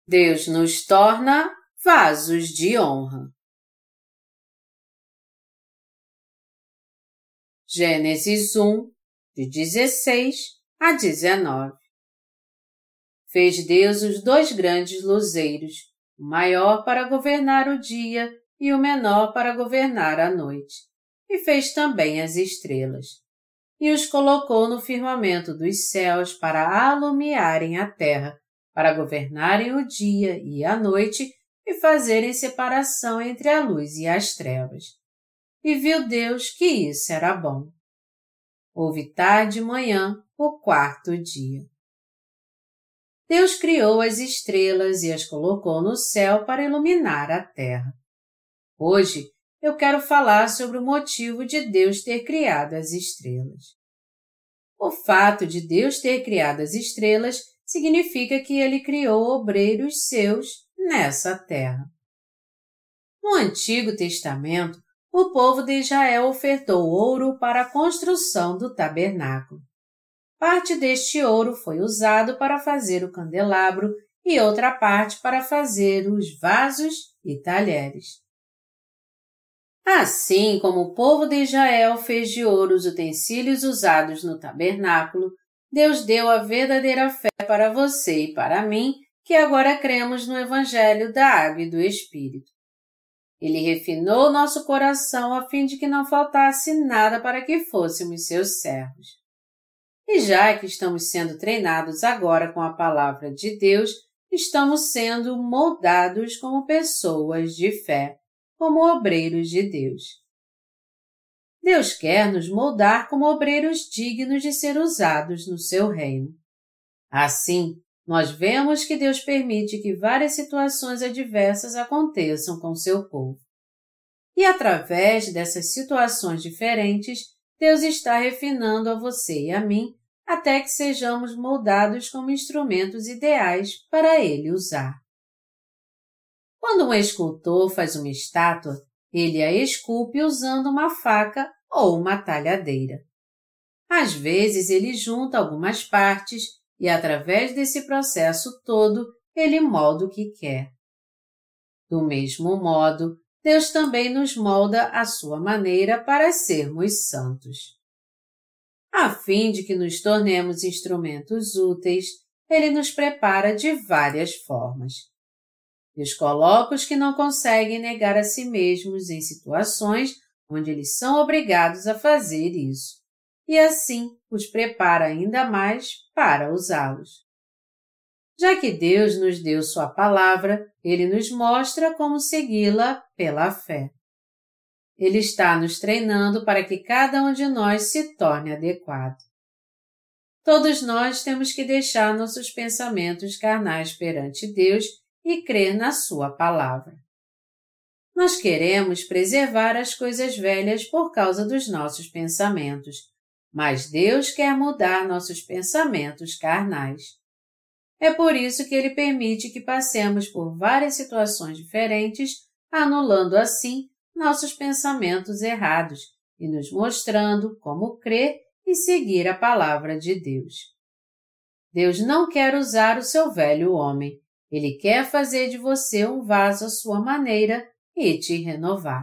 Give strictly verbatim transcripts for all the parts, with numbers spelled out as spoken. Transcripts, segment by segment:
Deus nos torna vasos de honra. Gênesis um, de dezesseis a dezenove. Fez Deus os dois grandes luzeiros, o maior para governar o dia e o menor para governar a noite, e fez também as estrelas. E os colocou no firmamento dos céus para alumiarem a terra, para governarem o dia e a noite e fazerem separação entre a luz e as trevas. E viu Deus que isso era bom. Houve tarde e manhã, o quarto dia. Deus criou as estrelas e as colocou no céu para iluminar a terra. Hoje, eu quero falar sobre o motivo de Deus ter criado as estrelas. O fato de Deus ter criado as estrelas significa que Ele criou obreiros seus nessa terra. No Antigo Testamento, o povo de Israel ofertou ouro para a construção do tabernáculo. Parte deste ouro foi usado para fazer o candelabro e outra parte para fazer os vasos e talheres. Assim como o povo de Israel fez de ouro os utensílios usados no tabernáculo, Deus deu a verdadeira fé para você e para mim, que agora cremos no Evangelho da Água e do Espírito. Ele refinou nosso coração a fim de que não faltasse nada para que fôssemos seus servos. E já que estamos sendo treinados agora com a palavra de Deus, estamos sendo moldados como pessoas de fé, como obreiros de Deus. Deus quer nos moldar como obreiros dignos de ser usados no seu reino. Assim, nós vemos que Deus permite que várias situações adversas aconteçam com seu povo. E através dessas situações diferentes, Deus está refinando a você e a mim até que sejamos moldados como instrumentos ideais para Ele usar. Quando um escultor faz uma estátua, ele a esculpe usando uma faca ou uma talhadeira. Às vezes ele junta algumas partes e, através desse processo todo, ele molda o que quer. Do mesmo modo, Deus também nos molda à sua maneira para sermos santos. A fim de que nos tornemos instrumentos úteis, Ele nos prepara de várias formas. Deus coloca os que não conseguem negar a si mesmos em situações onde eles são obrigados a fazer isso, e assim os prepara ainda mais para usá-los. Já que Deus nos deu sua palavra, Ele nos mostra como segui-la pela fé. Ele está nos treinando para que cada um de nós se torne adequado. Todos nós temos que deixar nossos pensamentos carnais perante Deus e crer na sua palavra. Nós queremos preservar as coisas velhas por causa dos nossos pensamentos, mas Deus quer mudar nossos pensamentos carnais. É por isso que Ele permite que passemos por várias situações diferentes, anulando assim nossos pensamentos errados e nos mostrando como crer e seguir a palavra de Deus. Deus não quer usar o seu velho homem. Ele quer fazer de você um vaso à sua maneira e te renovar.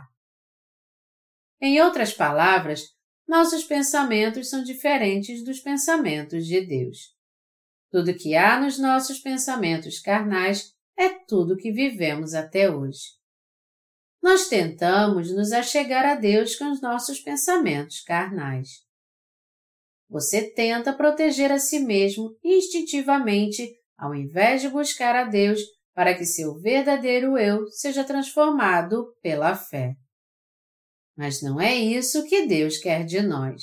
Em outras palavras, nossos pensamentos são diferentes dos pensamentos de Deus. Tudo que há nos nossos pensamentos carnais é tudo que vivemos até hoje. Nós tentamos nos achegar a Deus com os nossos pensamentos carnais. Você tenta proteger a si mesmo instintivamente, ao invés de buscar a Deus para que seu verdadeiro eu seja transformado pela fé. Mas não é isso que Deus quer de nós.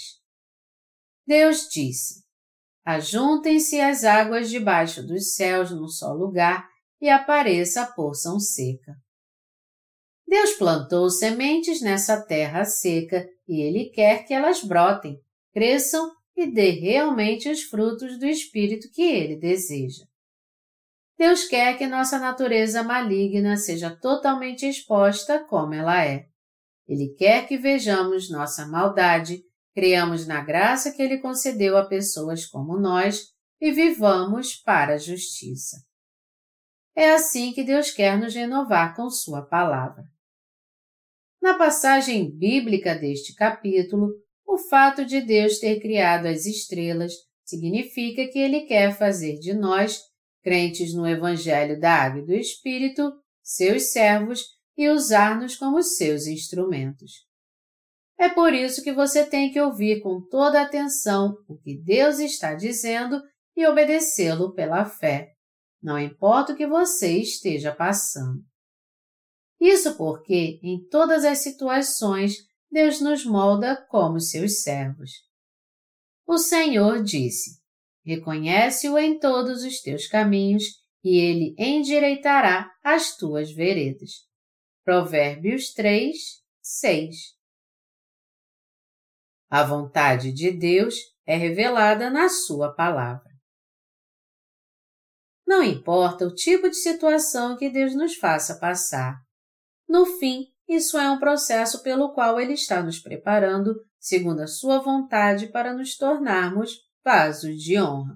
Deus disse: ajuntem-se as águas debaixo dos céus num só lugar e apareça a porção seca. Deus plantou sementes nessa terra seca e Ele quer que elas brotem, cresçam e dê realmente os frutos do Espírito que Ele deseja. Deus quer que nossa natureza maligna seja totalmente exposta como ela é. Ele quer que vejamos nossa maldade, creamos na graça que Ele concedeu a pessoas como nós e vivamos para a justiça. É assim que Deus quer nos renovar com sua palavra. Na passagem bíblica deste capítulo, o fato de Deus ter criado as estrelas significa que Ele quer fazer de nós, crentes no Evangelho da Água e do Espírito, seus servos e usar-nos como seus instrumentos. É por isso que você tem que ouvir com toda atenção o que Deus está dizendo e obedecê-lo pela fé, não importa o que você esteja passando. Isso porque, em todas as situações, Deus nos molda como seus servos. O Senhor disse: reconhece-o em todos os teus caminhos e ele endireitará as tuas veredas. Provérbios três, seis. A vontade de Deus é revelada na sua palavra. Não importa o tipo de situação que Deus nos faça passar. No fim, isso é um processo pelo qual Ele está nos preparando, segundo a sua vontade, para nos tornarmos vasos de honra.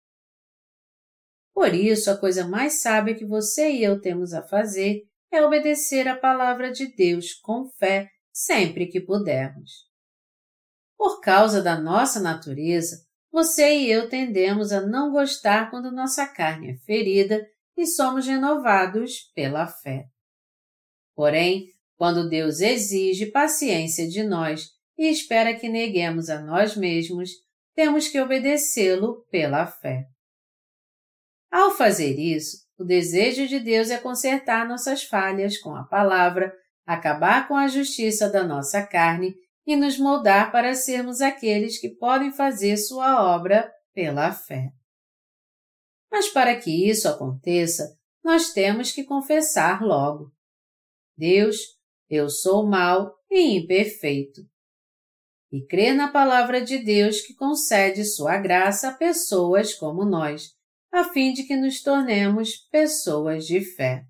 Por isso, a coisa mais sábia que você e eu temos a fazer é obedecer a palavra de Deus com fé sempre que pudermos. Por causa da nossa natureza, você e eu tendemos a não gostar quando nossa carne é ferida e somos renovados pela fé. Porém, quando Deus exige paciência de nós e espera que neguemos a nós mesmos, temos que obedecê-lo pela fé. Ao fazer isso, o desejo de Deus é consertar nossas falhas com a palavra, acabar com a justiça da nossa carne e nos moldar para sermos aqueles que podem fazer sua obra pela fé. Mas para que isso aconteça, nós temos que confessar logo: Deus, eu sou mau e imperfeito. E crer na palavra de Deus que concede sua graça a pessoas como nós, a fim de que nos tornemos pessoas de fé.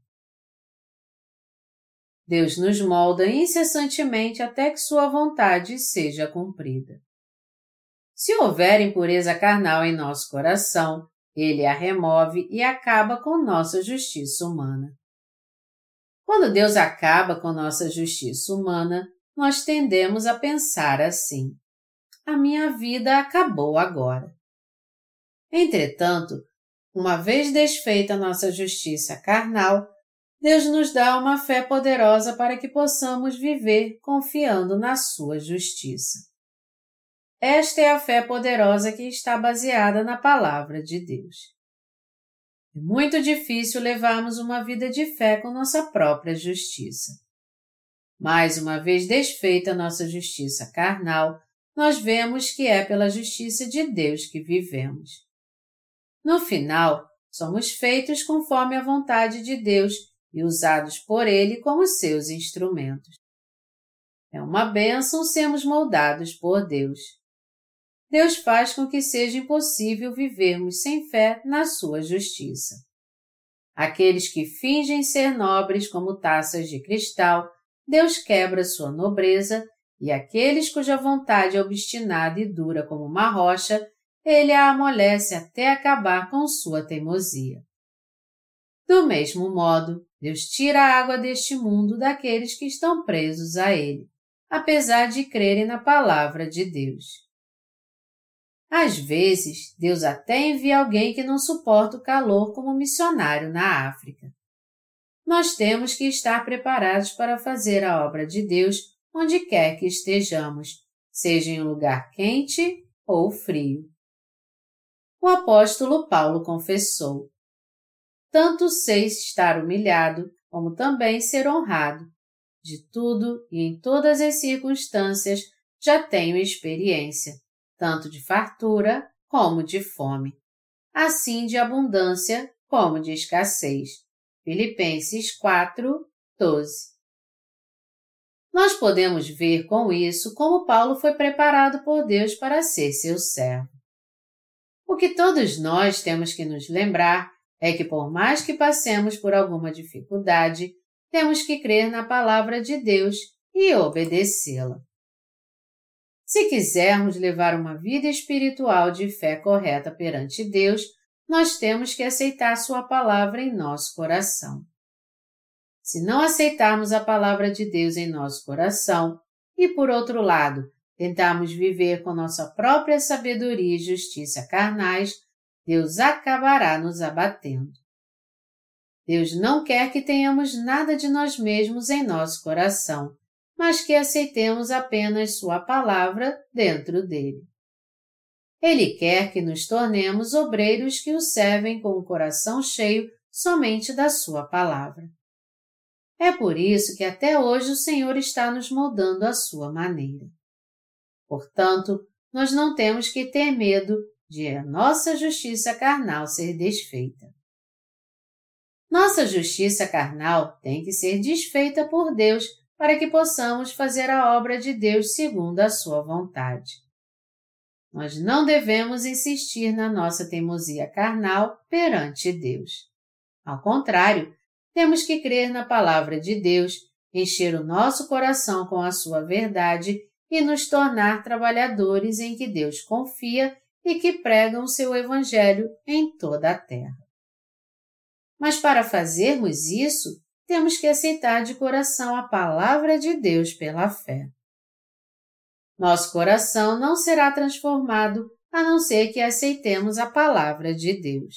Deus nos molda incessantemente até que sua vontade seja cumprida. Se houver impureza carnal em nosso coração, Ele a remove e acaba com nossa justiça humana. Quando Deus acaba com nossa justiça humana, nós tendemos a pensar assim: a minha vida acabou agora. Entretanto, uma vez desfeita nossa justiça carnal, Deus nos dá uma fé poderosa para que possamos viver confiando na sua justiça. Esta é a fé poderosa que está baseada na palavra de Deus. É muito difícil levarmos uma vida de fé com nossa própria justiça. Mais uma vez desfeita nossa justiça carnal, nós vemos que é pela justiça de Deus que vivemos. No final, somos feitos conforme a vontade de Deus e usados por Ele como seus instrumentos. É uma bênção sermos moldados por Deus. Deus faz com que seja impossível vivermos sem fé na sua justiça. Aqueles que fingem ser nobres como taças de cristal, Deus quebra sua nobreza, e aqueles cuja vontade é obstinada e dura como uma rocha, Ele a amolece até acabar com sua teimosia. Do mesmo modo, Deus tira a água deste mundo daqueles que estão presos a Ele, apesar de crerem na palavra de Deus. Às vezes, Deus até envia alguém que não suporta o calor como missionário na África. Nós temos que estar preparados para fazer a obra de Deus onde quer que estejamos, seja em um lugar quente ou frio. O apóstolo Paulo confessou: tanto sei estar humilhado, como também ser honrado. De tudo e em todas as circunstâncias já tenho experiência, tanto de fartura como de fome, assim de abundância como de escassez. Filipenses quatro, doze. Nós podemos ver com isso como Paulo foi preparado por Deus para ser seu servo. O que todos nós temos que nos lembrar é que por mais que passemos por alguma dificuldade, temos que crer na palavra de Deus e obedecê-la. Se quisermos levar uma vida espiritual de fé correta perante Deus, nós temos que aceitar sua palavra em nosso coração. Se não aceitarmos a palavra de Deus em nosso coração e, por outro lado, tentarmos viver com nossa própria sabedoria e justiça carnais, Deus acabará nos abatendo. Deus não quer que tenhamos nada de nós mesmos em nosso coração, mas que aceitemos apenas sua palavra dentro dele. Ele quer que nos tornemos obreiros que o servem com o coração cheio somente da sua palavra. É por isso que até hoje o Senhor está nos moldando à sua maneira. Portanto, nós não temos que ter medo de a nossa justiça carnal ser desfeita. Nossa justiça carnal tem que ser desfeita por Deus para que possamos fazer a obra de Deus segundo a sua vontade. Nós não devemos insistir na nossa teimosia carnal perante Deus. Ao contrário, temos que crer na palavra de Deus, encher o nosso coração com a sua verdade e nos tornar trabalhadores em que Deus confia e que pregam o seu evangelho em toda a terra. Mas para fazermos isso, temos que aceitar de coração a palavra de Deus pela fé. Nosso coração não será transformado a não ser que aceitemos a palavra de Deus.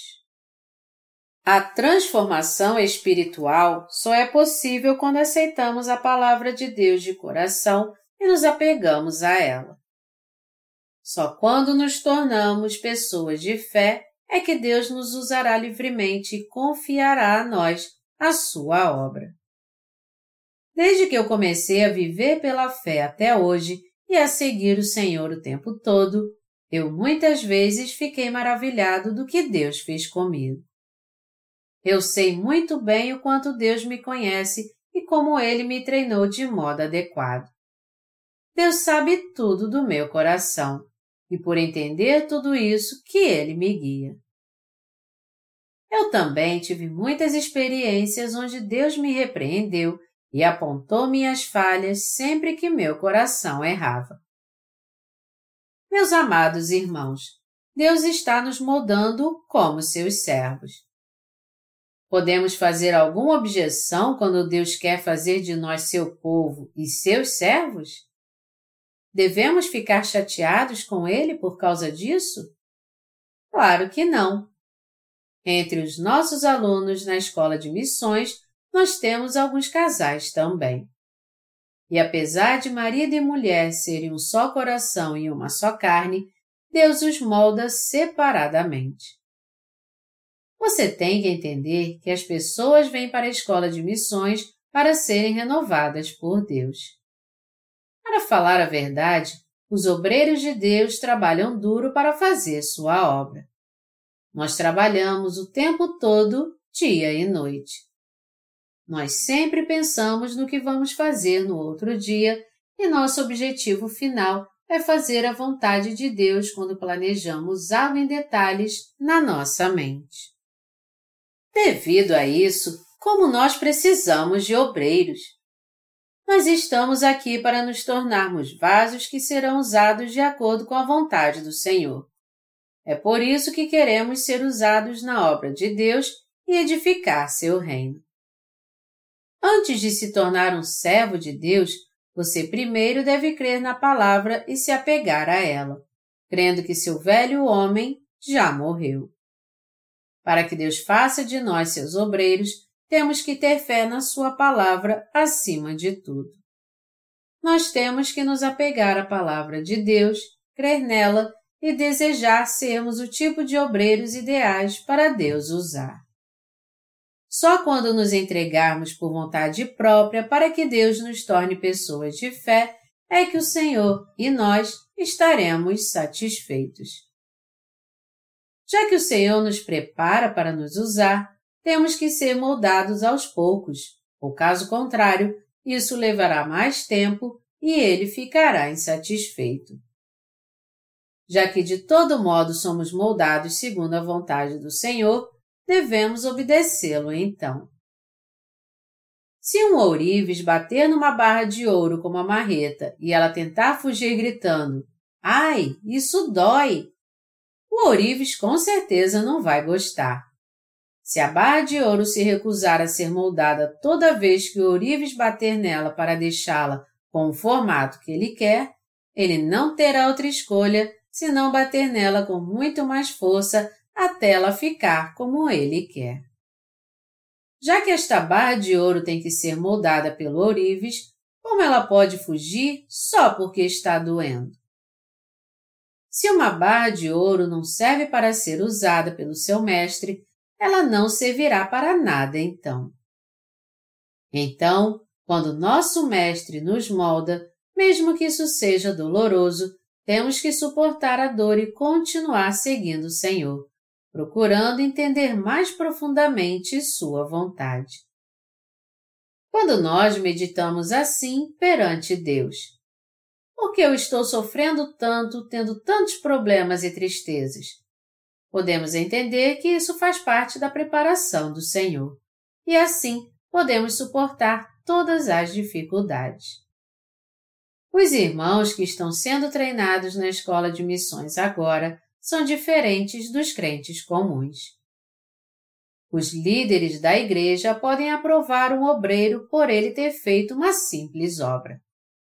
A transformação espiritual só é possível quando aceitamos a palavra de Deus de coração e nos apegamos a ela. Só quando nos tornamos pessoas de fé é que Deus nos usará livremente e confiará a nós a sua obra. Desde que eu comecei a viver pela fé até hoje e a seguir o Senhor o tempo todo, eu muitas vezes fiquei maravilhado do que Deus fez comigo. Eu sei muito bem o quanto Deus me conhece e como Ele me treinou de modo adequado. Deus sabe tudo do meu coração, e por entender tudo isso que Ele me guia. Eu também tive muitas experiências onde Deus me repreendeu e apontou minhas falhas sempre que meu coração errava. Meus amados irmãos, Deus está nos moldando como seus servos. Podemos fazer alguma objeção quando Deus quer fazer de nós seu povo e seus servos? Devemos ficar chateados com Ele por causa disso? Claro que não. Entre os nossos alunos na escola de missões, nós temos alguns casais também. E apesar de marido e mulher serem um só coração e uma só carne, Deus os molda separadamente. Você tem que entender que as pessoas vêm para a escola de missões para serem renovadas por Deus. Para falar a verdade, os obreiros de Deus trabalham duro para fazer sua obra. Nós trabalhamos o tempo todo, dia e noite. Nós sempre pensamos no que vamos fazer no outro dia e nosso objetivo final é fazer a vontade de Deus quando planejamos algo em detalhes na nossa mente. Devido a isso, como nós precisamos de obreiros. Nós estamos aqui para nos tornarmos vasos que serão usados de acordo com a vontade do Senhor. É por isso que queremos ser usados na obra de Deus e edificar seu reino. Antes de se tornar um servo de Deus, você primeiro deve crer na palavra e se apegar a ela, crendo que seu velho homem já morreu. Para que Deus faça de nós seus obreiros, temos que ter fé na sua palavra acima de tudo. Nós temos que nos apegar à palavra de Deus, crer nela e desejar sermos o tipo de obreiros ideais para Deus usar. Só quando nos entregarmos por vontade própria para que Deus nos torne pessoas de fé é que o Senhor e nós estaremos satisfeitos. Já que o Senhor nos prepara para nos usar, temos que ser moldados aos poucos, ou caso contrário, isso levará mais tempo e ele ficará insatisfeito. Já que de todo modo somos moldados segundo a vontade do Senhor, devemos obedecê-lo então. Se um ourives bater numa barra de ouro com uma marreta e ela tentar fugir gritando, "Ai, isso dói!", o ourives com certeza não vai gostar. Se a barra de ouro se recusar a ser moldada toda vez que o ourives bater nela para deixá-la com o formato que ele quer, ele não terá outra escolha senão bater nela com muito mais força até ela ficar como ele quer. Já que esta barra de ouro tem que ser moldada pelo ourives, como ela pode fugir só porque está doendo? Se uma barra de ouro não serve para ser usada pelo seu mestre, ela não servirá para nada então. Então, quando nosso mestre nos molda, mesmo que isso seja doloroso, temos que suportar a dor e continuar seguindo o Senhor, procurando entender mais profundamente sua vontade. Quando nós meditamos assim perante Deus, por que eu estou sofrendo tanto, tendo tantos problemas e tristezas? Podemos entender que isso faz parte da preparação do Senhor, e assim podemos suportar todas as dificuldades. Os irmãos que estão sendo treinados na escola de missões agora são diferentes dos crentes comuns. Os líderes da igreja podem aprovar um obreiro por ele ter feito uma simples obra.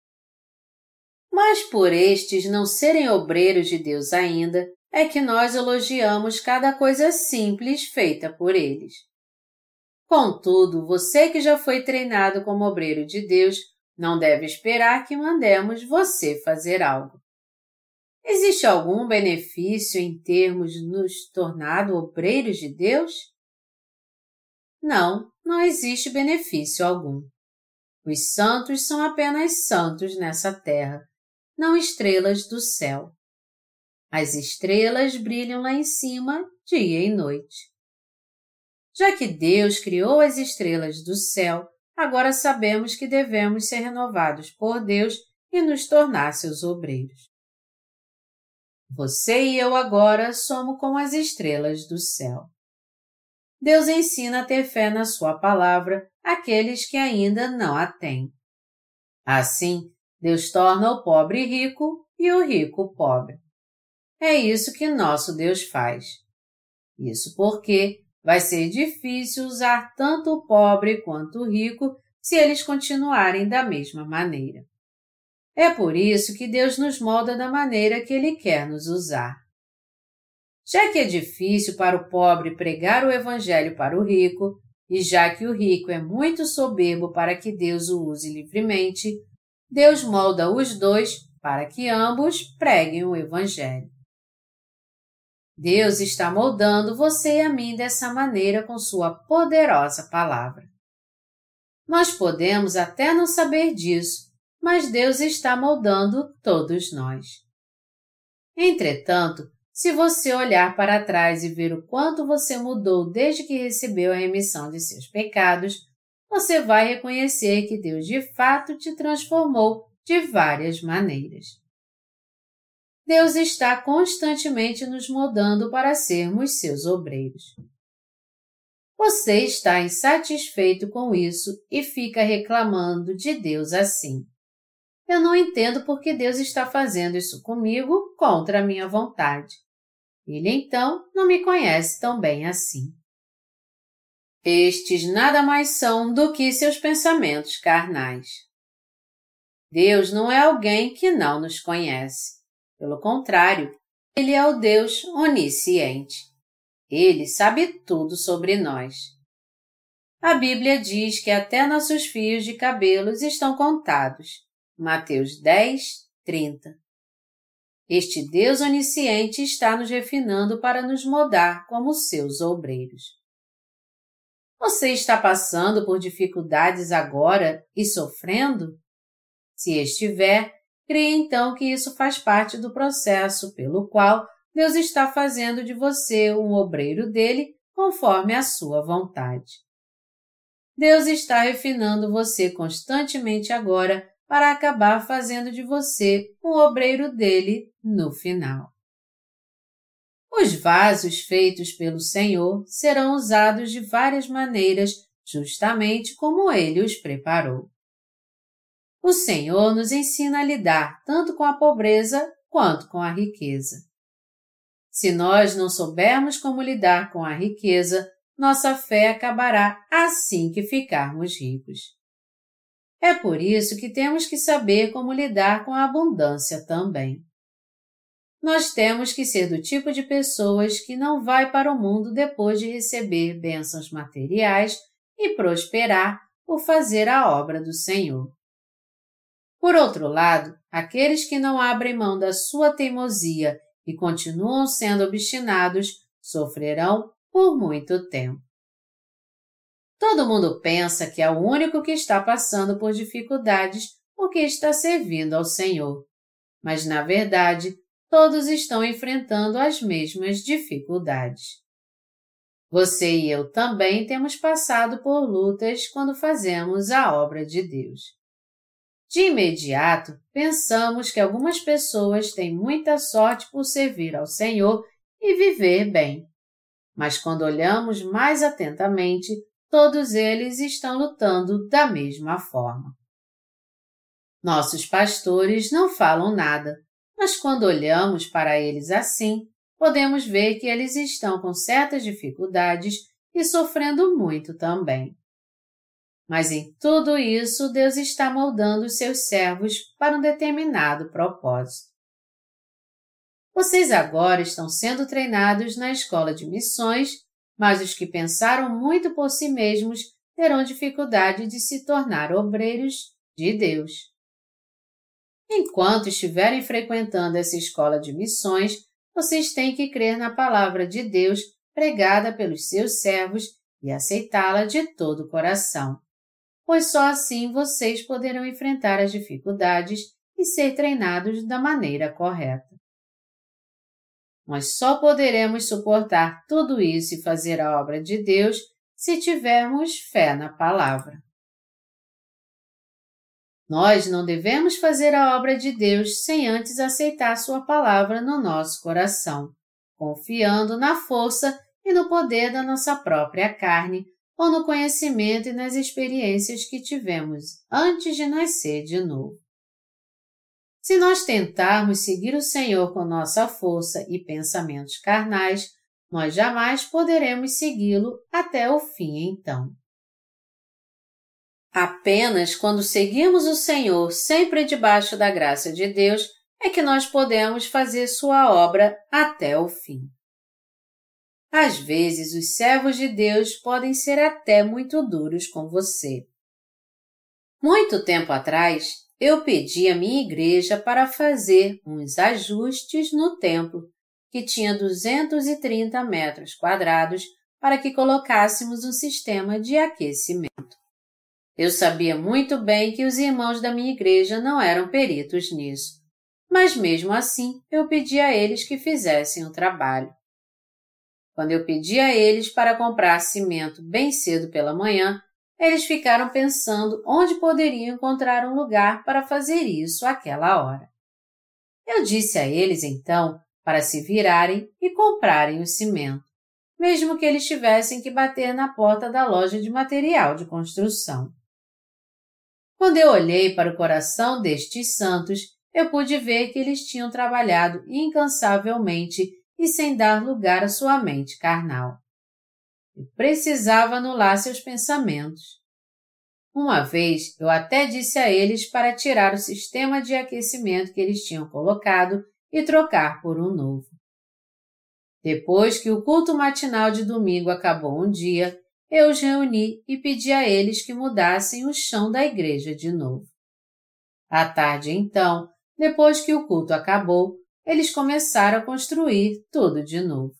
Mas por estes não serem obreiros de Deus ainda, é que nós elogiamos cada coisa simples feita por eles. Contudo, você que já foi treinado como obreiro de Deus, não deve esperar que mandemos você fazer algo. Existe algum benefício em termos nos tornado obreiros de Deus? Não, não existe benefício algum. Os santos são apenas santos nessa terra, não estrelas do céu. As estrelas brilham lá em cima, dia e noite. Já que Deus criou as estrelas do céu, agora sabemos que devemos ser renovados por Deus e nos tornar seus obreiros. Você e eu agora somos como as estrelas do céu. Deus ensina a ter fé na sua palavra àqueles que ainda não a têm. Assim, Deus torna o pobre rico e o rico pobre. É isso que nosso Deus faz. Isso porque vai ser difícil usar tanto o pobre quanto o rico se eles continuarem da mesma maneira. É por isso que Deus nos molda da maneira que Ele quer nos usar. Já que é difícil para o pobre pregar o Evangelho para o rico, e já que o rico é muito soberbo para que Deus o use livremente, Deus molda os dois para que ambos preguem o Evangelho. Deus está moldando você e a mim dessa maneira com sua poderosa palavra. Nós podemos até não saber disso, mas Deus está moldando todos nós. Entretanto, se você olhar para trás e ver o quanto você mudou desde que recebeu a remissão de seus pecados, você vai reconhecer que Deus de fato te transformou de várias maneiras. Deus está constantemente nos moldando para sermos seus obreiros. Você está insatisfeito com isso e fica reclamando de Deus assim. Eu não entendo por que Deus está fazendo isso comigo contra a minha vontade. Ele, então, não me conhece tão bem assim. Estes nada mais são do que seus pensamentos carnais. Deus não é alguém que não nos conhece. Pelo contrário, Ele é o Deus onisciente. Ele sabe tudo sobre nós. A Bíblia diz que até nossos fios de cabelos estão contados. Mateus dez, trinta. Este Deus onisciente está nos refinando para nos moldar como seus obreiros. Você está passando por dificuldades agora e sofrendo? Se estiver, creia então que isso faz parte do processo pelo qual Deus está fazendo de você um obreiro dele conforme a sua vontade. Deus está refinando você constantemente agora para acabar fazendo de você um obreiro dele no final. Os vasos feitos pelo Senhor serão usados de várias maneiras, justamente como Ele os preparou. O Senhor nos ensina a lidar tanto com a pobreza quanto com a riqueza. Se nós não soubermos como lidar com a riqueza, nossa fé acabará assim que ficarmos ricos. É por isso que temos que saber como lidar com a abundância também. Nós temos que ser do tipo de pessoas que não vai para o mundo depois de receber bênçãos materiais e prosperar por fazer a obra do Senhor. Por outro lado, aqueles que não abrem mão da sua teimosia e continuam sendo obstinados sofrerão por muito tempo. Todo mundo pensa que é o único que está passando por dificuldades porque está servindo ao Senhor. Mas, na verdade, todos estão enfrentando as mesmas dificuldades. Você e eu também temos passado por lutas quando fazemos a obra de Deus. De imediato, pensamos que algumas pessoas têm muita sorte por servir ao Senhor e viver bem. Mas quando olhamos mais atentamente, todos eles estão lutando da mesma forma. Nossos pastores não falam nada, mas quando olhamos para eles assim, podemos ver que eles estão com certas dificuldades e sofrendo muito também. Mas em tudo isso, Deus está moldando os seus servos para um determinado propósito. Vocês agora estão sendo treinados na escola de missões, mas os que pensaram muito por si mesmos terão dificuldade de se tornar obreiros de Deus. Enquanto estiverem frequentando essa escola de missões, vocês têm que crer na palavra de Deus pregada pelos seus servos e aceitá-la de todo o coração, pois só assim vocês poderão enfrentar as dificuldades e ser treinados da maneira correta. Nós só poderemos suportar tudo isso e fazer a obra de Deus se tivermos fé na palavra. Nós não devemos fazer a obra de Deus sem antes aceitar sua palavra no nosso coração, confiando na força e no poder da nossa própria carne, ou no conhecimento e nas experiências que tivemos antes de nascer de novo. Se nós tentarmos seguir o Senhor com nossa força e pensamentos carnais, nós jamais poderemos segui-lo até o fim então. Apenas quando seguimos o Senhor sempre debaixo da graça de Deus é que nós podemos fazer sua obra até o fim. Às vezes, os servos de Deus podem ser até muito duros com você. Muito tempo atrás, eu pedi à minha igreja para fazer uns ajustes no templo, que tinha duzentos e trinta metros quadrados, para que colocássemos um sistema de aquecimento. Eu sabia muito bem que os irmãos da minha igreja não eram peritos nisso, mas mesmo assim eu pedi a eles que fizessem o trabalho. Quando eu pedi a eles para comprar cimento bem cedo pela manhã, eles ficaram pensando onde poderiam encontrar um lugar para fazer isso àquela hora. Eu disse a eles, então, para se virarem e comprarem o cimento, mesmo que eles tivessem que bater na porta da loja de material de construção. Quando eu olhei para o coração destes santos, eu pude ver que eles tinham trabalhado incansavelmente e sem dar lugar à sua mente carnal. Eu precisava anular seus pensamentos. Uma vez, eu até disse a eles para tirar o sistema de aquecimento que eles tinham colocado e trocar por um novo. Depois que o culto matinal de domingo acabou um dia, eu os reuni e pedi a eles que mudassem o chão da igreja de novo. À tarde, então, depois que o culto acabou, eles começaram a construir tudo de novo.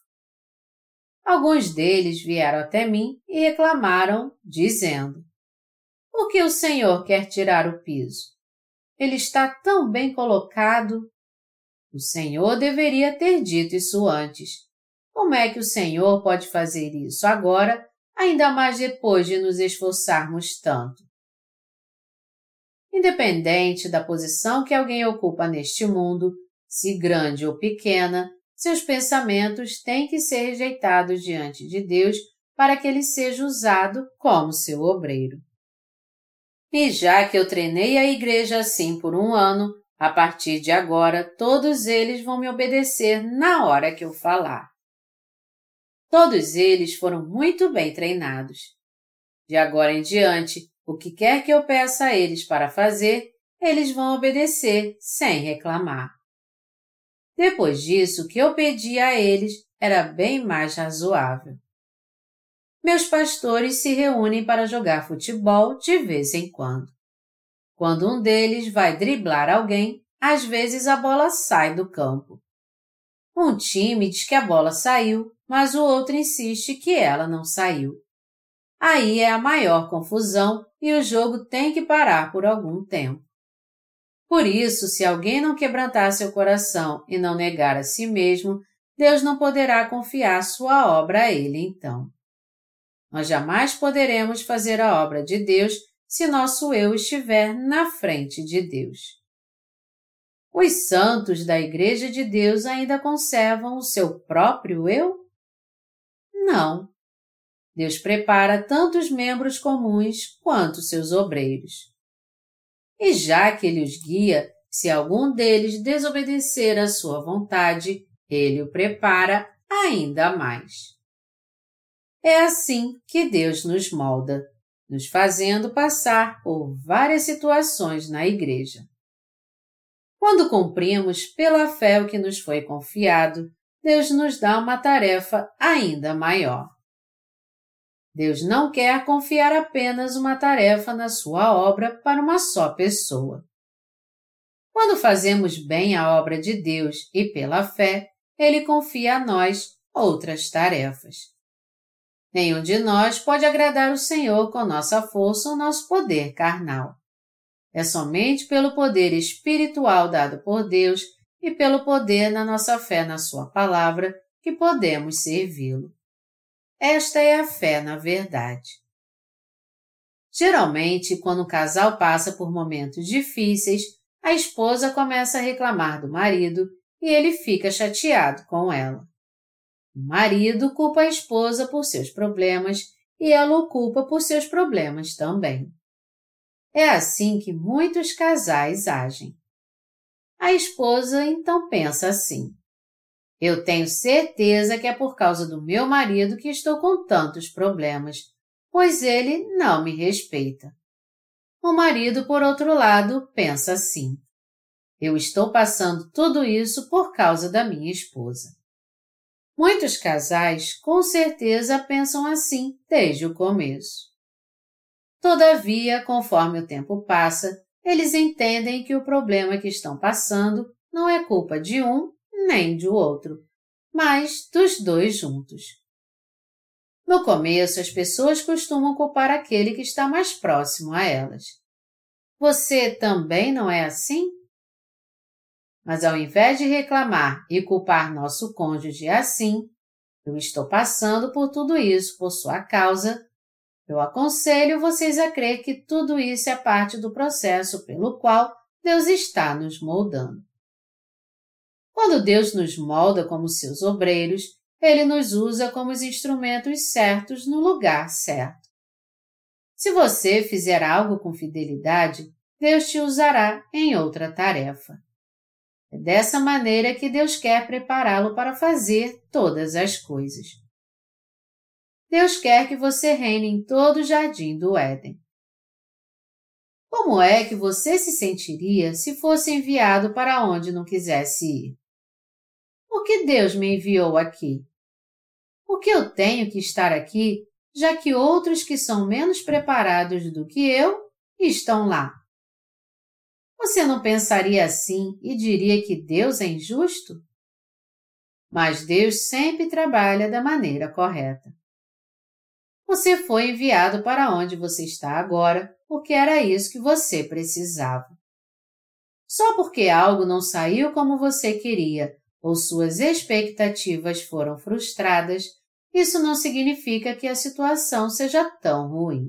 Alguns deles vieram até mim e reclamaram, dizendo: "Por que o Senhor quer tirar o piso? Ele está tão bem colocado." O Senhor deveria ter dito isso antes. Como é que o Senhor pode fazer isso agora, ainda mais depois de nos esforçarmos tanto? Independente da posição que alguém ocupa neste mundo, se grande ou pequena, seus pensamentos têm que ser rejeitados diante de Deus para que ele seja usado como seu obreiro. E já que eu treinei a igreja assim por um ano, A partir de agora, todos eles vão me obedecer na hora que eu falar. Todos eles foram muito bem treinados. De agora em diante, o que quer que eu peça a eles para fazer, eles vão obedecer sem reclamar. Depois disso, o que eu pedi a eles era bem mais razoável. Meus pastores se reúnem para jogar futebol de vez em quando. Quando um deles vai driblar alguém, às vezes a bola sai do campo. Um time diz que a bola saiu, mas o outro insiste que ela não saiu. Aí é a maior confusão e o jogo tem que parar por algum tempo. Por isso, se alguém não quebrantar seu coração e não negar a si mesmo, Deus não poderá confiar sua obra a ele então. Nós jamais poderemos fazer a obra de Deus se nosso eu estiver na frente de Deus. Os santos da Igreja de Deus ainda conservam o seu próprio eu? Não. Deus prepara tanto os membros comuns quanto seus obreiros. E já que Ele os guia, se algum deles desobedecer à sua vontade, Ele o prepara ainda mais. É assim que Deus nos molda, nos fazendo passar por várias situações na igreja. Quando cumprimos pela fé o que nos foi confiado, Deus nos dá uma tarefa ainda maior. Deus não quer confiar apenas uma tarefa na sua obra para uma só pessoa. Quando fazemos bem a obra de Deus e pela fé, Ele confia a nós outras tarefas. Nenhum de nós pode agradar o Senhor com nossa força ou nosso poder carnal. É somente pelo poder espiritual dado por Deus e pelo poder na nossa fé na Sua palavra que podemos servi-lo. Esta é a fé na verdade. Geralmente, quando o casal passa por momentos difíceis, a esposa começa a reclamar do marido e ele fica chateado com ela. O marido culpa a esposa por seus problemas e ela o culpa por seus problemas também. É assim que muitos casais agem. A esposa então pensa assim: eu tenho certeza que é por causa do meu marido que estou com tantos problemas, pois ele não me respeita. O marido, por outro lado, pensa assim: eu estou passando tudo isso por causa da minha esposa. Muitos casais, com certeza, pensam assim desde o começo. Todavia, conforme o tempo passa, eles entendem que o problema que estão passando não é culpa de um nem do outro, mas dos dois juntos. No começo, as pessoas costumam culpar aquele que está mais próximo a elas. Você também não é assim? Mas ao invés de reclamar e culpar nosso cônjuge assim, eu estou passando por tudo isso por sua causa, eu aconselho vocês a crer que tudo isso é parte do processo pelo qual Deus está nos moldando. Quando Deus nos molda como seus obreiros, Ele nos usa como os instrumentos certos no lugar certo. Se você fizer algo com fidelidade, Deus te usará em outra tarefa. É dessa maneira que Deus quer prepará-lo para fazer todas as coisas. Deus quer que você reine em todo o jardim do Éden. Como é que você se sentiria se fosse enviado para onde não quisesse ir? Por que Deus me enviou aqui? Por que eu tenho que estar aqui, já que outros que são menos preparados do que eu estão lá? Você não pensaria assim e diria que Deus é injusto? Mas Deus sempre trabalha da maneira correta. Você foi enviado para onde você está agora, porque era isso que você precisava. Só porque algo não saiu como você queria ou suas expectativas foram frustradas, isso não significa que a situação seja tão ruim.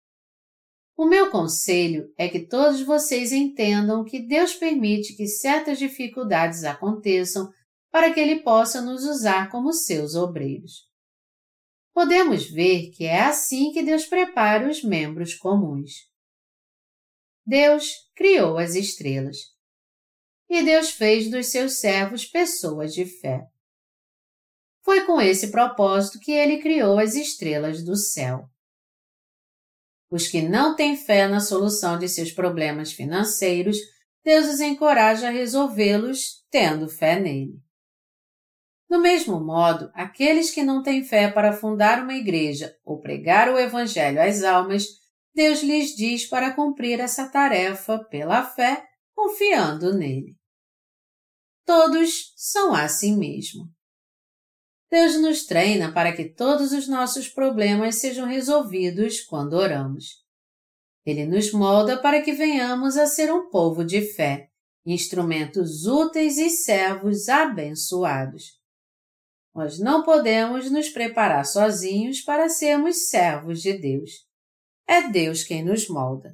O meu conselho é que todos vocês entendam que Deus permite que certas dificuldades aconteçam para que Ele possa nos usar como seus obreiros. Podemos ver que é assim que Deus prepara os membros comuns. Deus criou as estrelas. e Deus fez dos seus servos pessoas de fé. Foi com esse propósito que Ele criou as estrelas do céu. Os que não têm fé na solução de seus problemas financeiros, Deus os encoraja a resolvê-los tendo fé nele. Do mesmo modo, aqueles que não têm fé para fundar uma igreja ou pregar o Evangelho às almas, Deus lhes diz para cumprir essa tarefa pela fé, confiando nele. Todos são assim mesmo. Deus nos treina para que todos os nossos problemas sejam resolvidos quando oramos. Ele nos molda para que venhamos a ser um povo de fé, instrumentos úteis e servos abençoados. Nós não podemos nos preparar sozinhos para sermos servos de Deus. É Deus quem nos molda.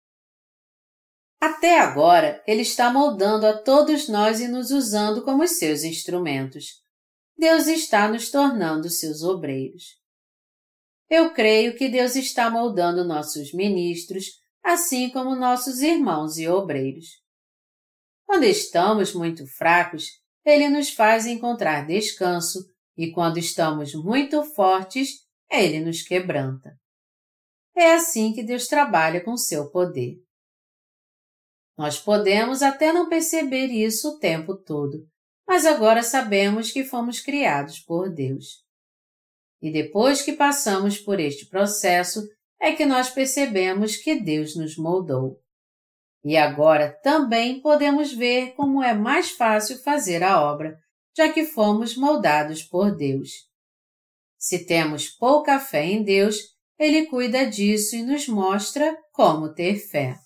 Até agora, Ele está moldando a todos nós e nos usando como seus instrumentos. Deus está nos tornando seus obreiros. Eu creio que Deus está moldando nossos ministros, assim como nossos irmãos e obreiros. Quando estamos muito fracos, Ele nos faz encontrar descanso, e quando estamos muito fortes, Ele nos quebranta. É assim que Deus trabalha com seu poder. Nós podemos até não perceber isso o tempo todo, mas agora sabemos que fomos criados por Deus. E depois que passamos por este processo, é que nós percebemos que Deus nos moldou. E agora também podemos ver como é mais fácil fazer a obra, já que fomos moldados por Deus. Se temos pouca fé em Deus, Ele cuida disso e nos mostra como ter fé.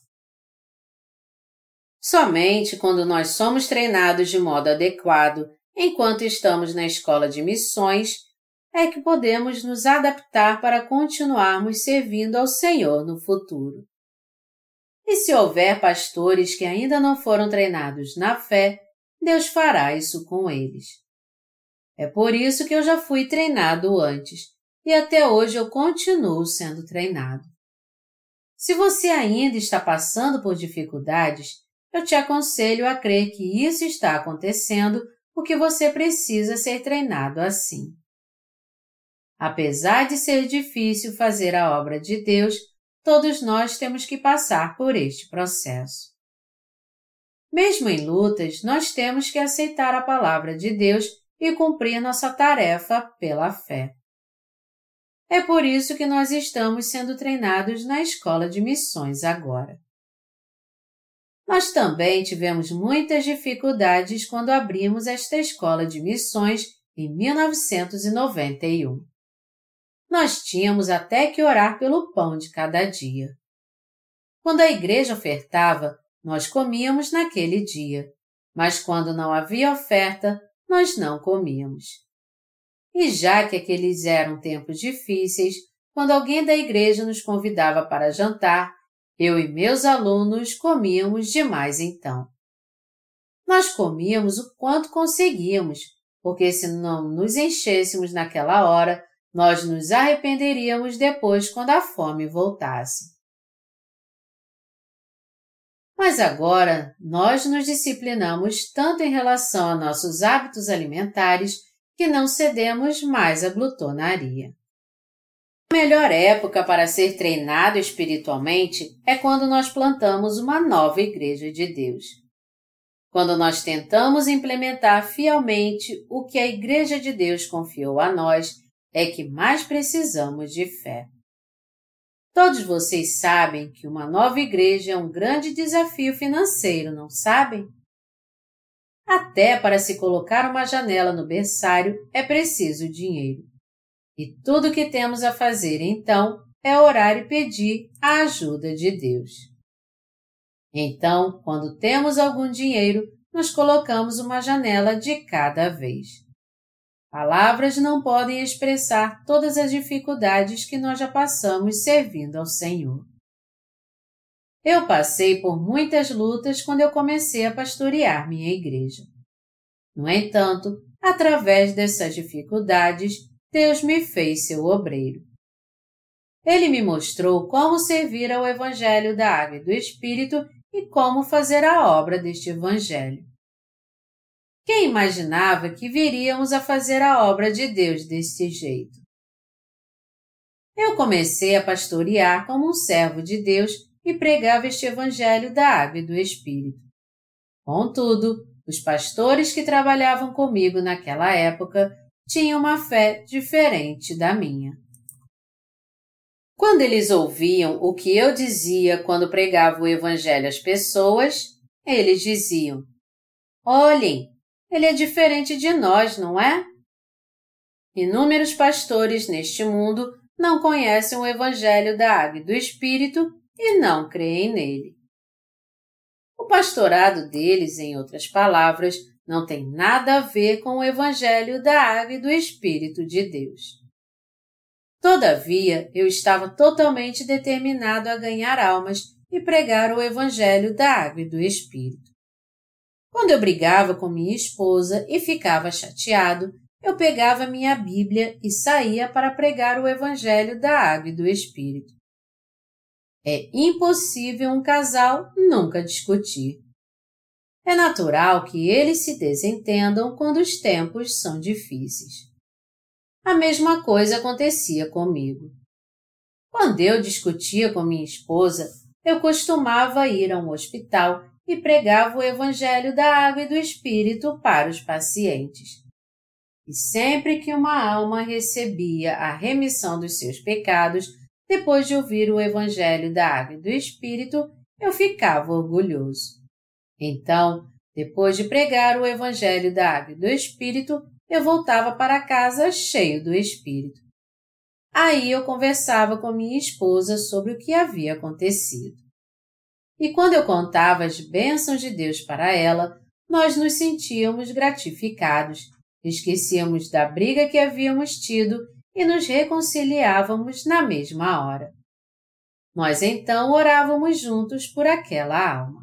Somente quando nós somos treinados de modo adequado, enquanto estamos na escola de missões, é que podemos nos adaptar para continuarmos servindo ao Senhor no futuro. E se houver pastores que ainda não foram treinados na fé, Deus fará isso com eles. É por isso que eu já fui treinado antes, e até hoje eu continuo sendo treinado. Se você ainda está passando por dificuldades, eu te aconselho a crer que isso está acontecendo porque você precisa ser treinado assim. Apesar de ser difícil fazer a obra de Deus, todos nós temos que passar por este processo. Mesmo em lutas, nós temos que aceitar a palavra de Deus e cumprir nossa tarefa pela fé. É por isso que nós estamos sendo treinados na escola de missões agora. Nós também tivemos muitas dificuldades quando abrimos esta escola de missões em mil novecentos e noventa e um. Nós tínhamos até que orar pelo pão de cada dia. Quando a igreja ofertava, nós comíamos naquele dia, mas quando não havia oferta, nós não comíamos. E já que aqueles eram tempos difíceis, quando alguém da igreja nos convidava para jantar, eu e meus alunos comíamos demais então. Nós comíamos o quanto conseguíamos, porque se não nos enchêssemos naquela hora, nós nos arrependeríamos depois quando a fome voltasse. Mas agora, nós nos disciplinamos tanto em relação a nossos hábitos alimentares que não cedemos mais à glutonaria. A melhor época para ser treinado espiritualmente é quando nós plantamos uma nova igreja de Deus. Quando nós tentamos implementar fielmente o que a igreja de Deus confiou a nós, é que mais precisamos de fé. Todos vocês sabem que uma nova igreja é um grande desafio financeiro, não sabem? Até para se colocar uma janela no berçário é preciso dinheiro. E tudo o que temos a fazer, então, é orar e pedir a ajuda de Deus. Então, quando temos algum dinheiro, nós colocamos uma janela de cada vez. Palavras não podem expressar todas as dificuldades que nós já passamos servindo ao Senhor. Eu passei por muitas lutas quando eu comecei a pastorear minha igreja. No entanto, através dessas dificuldades, Deus me fez seu obreiro. Ele me mostrou como servir ao Evangelho da Água e do Espírito e como fazer a obra deste Evangelho. Quem imaginava que viríamos a fazer a obra de Deus desse jeito? Eu comecei a pastorear como um servo de Deus e pregava este evangelho da água e do Espírito. Contudo, os pastores que trabalhavam comigo naquela época tinham uma fé diferente da minha. Quando eles ouviam o que eu dizia quando pregava o evangelho às pessoas, eles diziam: "Olhem, ele é diferente de nós, não é?" Inúmeros pastores neste mundo não conhecem o evangelho da água e do Espírito e não creem nele. O pastorado deles, em outras palavras, não tem nada a ver com o evangelho da água e do Espírito de Deus. Todavia, eu estava totalmente determinado a ganhar almas e pregar o evangelho da água e do Espírito. Quando eu brigava com minha esposa e ficava chateado, eu pegava minha Bíblia e saía para pregar o evangelho da água e do Espírito. É impossível um casal nunca discutir. É natural que eles se desentendam quando os tempos são difíceis. A mesma coisa acontecia comigo. Quando eu discutia com minha esposa, eu costumava ir a um hospital e pregava o evangelho da água e do Espírito para os pacientes. E sempre que uma alma recebia a remissão dos seus pecados, depois de ouvir o evangelho da água e do Espírito, eu ficava orgulhoso. Então, depois de pregar o evangelho da água e do Espírito, eu voltava para casa cheio do Espírito. Aí eu conversava com minha esposa sobre o que havia acontecido. E quando eu contava as bênçãos de Deus para ela, nós nos sentíamos gratificados, esquecíamos da briga que havíamos tido e nos reconciliávamos na mesma hora. Nós então orávamos juntos por aquela alma.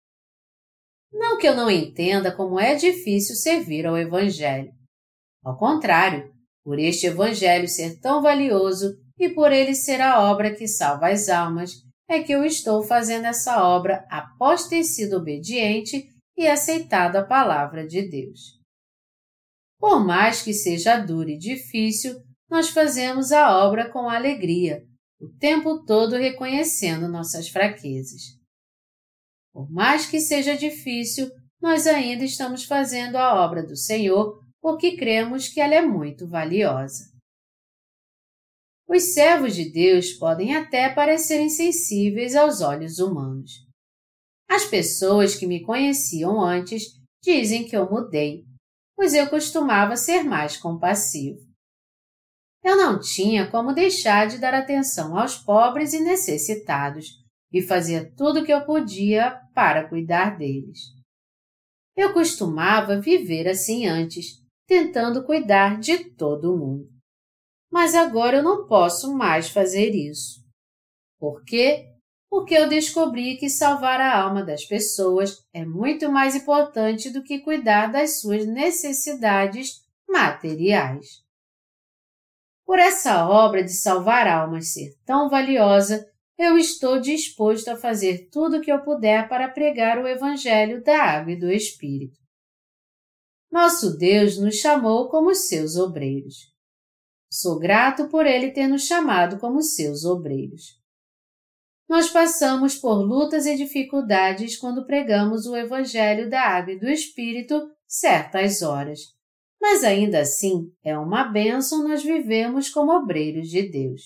Não que eu não entenda como é difícil servir ao Evangelho. Ao contrário, por este Evangelho ser tão valioso e por ele ser a obra que salva as almas, é que eu estou fazendo essa obra após ter sido obediente e aceitado a palavra de Deus. Por mais que seja duro e difícil, nós fazemos a obra com alegria, o tempo todo reconhecendo nossas fraquezas. Por mais que seja difícil, nós ainda estamos fazendo a obra do Senhor porque cremos que ela é muito valiosa. Os servos de Deus podem até parecer insensíveis aos olhos humanos. As pessoas que me conheciam antes dizem que eu mudei, pois eu costumava ser mais compassivo. Eu não tinha como deixar de dar atenção aos pobres e necessitados e fazia tudo o que eu podia para cuidar deles. Eu costumava viver assim antes, tentando cuidar de todo mundo. Mas agora eu não posso mais fazer isso. Por quê? Porque eu descobri que salvar a alma das pessoas é muito mais importante do que cuidar das suas necessidades materiais. Por essa obra de salvar almas ser tão valiosa, eu estou disposto a fazer tudo o que eu puder para pregar o Evangelho da água e do Espírito. Nosso Deus nos chamou como seus obreiros. Sou grato por Ele ter nos chamado como seus obreiros. Nós passamos por lutas e dificuldades quando pregamos o Evangelho da água e do Espírito certas horas, mas ainda assim é uma bênção nós vivemos como obreiros de Deus.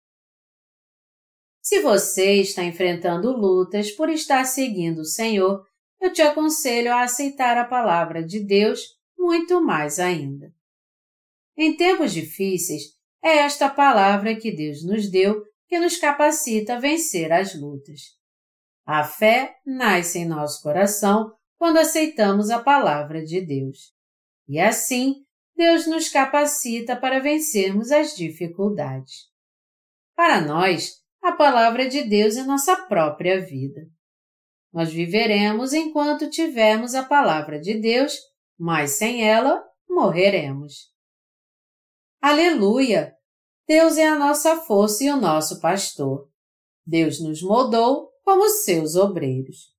Se você está enfrentando lutas por estar seguindo o Senhor, eu te aconselho a aceitar a palavra de Deus muito mais ainda. Em tempos difíceis, é esta palavra que Deus nos deu que nos capacita a vencer as lutas. A fé nasce em nosso coração quando aceitamos a palavra de Deus. E assim, Deus nos capacita para vencermos as dificuldades. Para nós, a palavra de Deus é nossa própria vida. Nós viveremos enquanto tivermos a palavra de Deus, mas sem ela, morreremos. Aleluia! Deus é a nossa força e o nosso pastor. Deus nos moldou como seus obreiros.